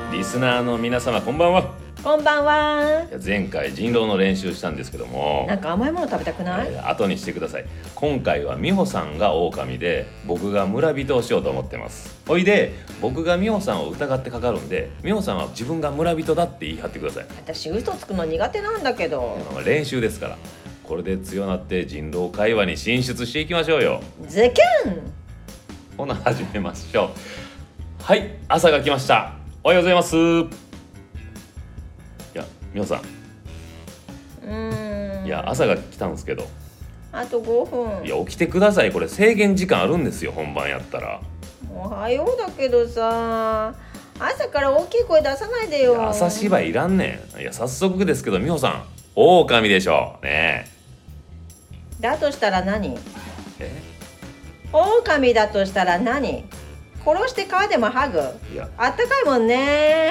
リスナーの皆様こんばんは。 こんばんは。 いや前回人狼の練習したんですけども、 なんか甘いもの食べたくない？ 後にしてください。今回は美穂さんが狼で僕が村人をしようと思ってます。おいで、僕が美穂さんを疑ってかかるんで、美穂さんは自分が村人だって言い張ってください。 私嘘つくの苦手なんだけど。 練習ですから。これで強なって人狼会話に進出していきましょうよ。 ズキュン。 ほな始めましょう。はい、朝が来ました。おはようございます。いや、美穂さん。いや、朝が来たんですけど。 あと5分。 いや、起きてください。これ制限時間あるんですよ、本番やったら。 おはようだけどさ、朝から大きい声出さないでよ。 朝芝居いらんねん。いや、早速ですけど美穂さん、狼でしょねだとしたら何？ え。 狼だとしたら何？殺して皮でも剥ぐ？ いや、 あったかいもんね。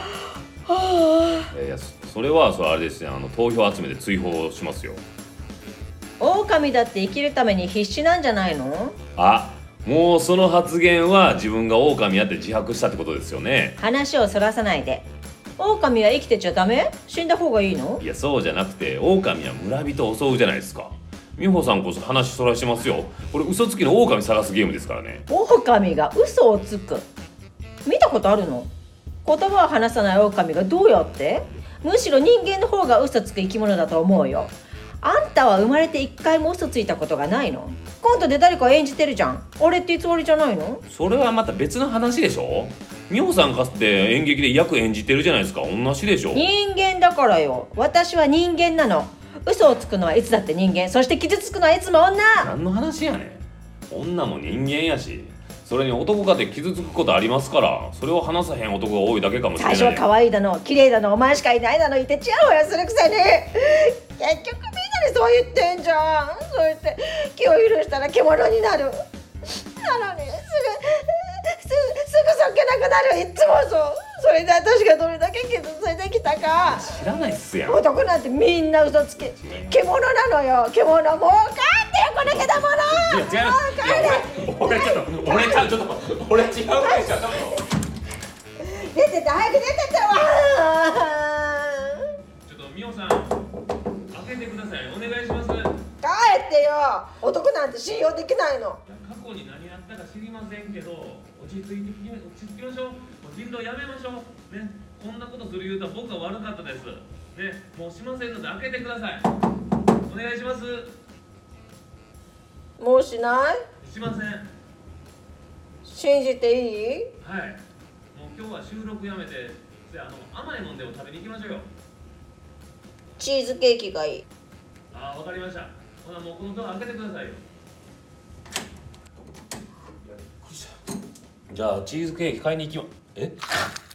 いや、それはあれですね、投票集めて追放しますよ。 狼だって生きるために必死なんじゃないの？ あ、もうその発言は自分が狼やって自白したってことですよね。 話をそらさないで。狼は生きてちゃダメ？死んだ方がいいの？ いや、そうじゃなくて、狼は村人を襲うじゃないですか。美穂さんこそ話そらしてますよ。これ嘘つきの狼探すゲームですからね。 狼が嘘をつく。見たことあるの？言葉を話さない狼がどうやって？むしろ人間の方が嘘つく生き物だと思うよ。あんたは生まれて一回も嘘ついたことがないの？コントで誰か演じてるじゃん。俺って偽りじゃないの？ それはまた別の話でしょ。美穂さんかつて演劇で役演じてるじゃないですか。同じでしょ。 人間だからよ。私は人間なの。嘘をつくのはいつだって人間。そして傷つくのはいつも女。 何の話やねん。女も人間やし、それに男かて傷つくことありますから、それを話さへん男が多いだけかもしれない。 最初は可愛いだの綺麗だのお前しかいないだの言ってチヤホヤするくせに、結局みんなにそう言ってんじゃん。そう言って気を許したら獣になる。なのにすぐそっけなくなる。いつもそう。それで私がどれだけ傷ついてきたか知らないっすやん。 男なんてみんな嘘つき。獣なのよ。獣。もう帰ってよこのけだもの。 いや違う。俺ちょっと俺違うでしょ。 出てって早く出てってわ。 ちょっと美穂さん、開けてください。お願いします。 帰ってよ。男なんて信用できないの。 過去に何やったか知りませんけど、落ち着きましょう。人狼やめましょうね。こんなことする言うと僕は悪かったですね。もうしませんので開けてください。お願いします。 もうしない？ しません。 信じていい？ はい。もう今日は収録やめて、甘いもんでも食べに行きましょうよ。 チーズケーキがいい。 ああ、わかりました。ほなもうこのドア開けてくださいよ。じゃあチーズケーキ買いに行きま。え？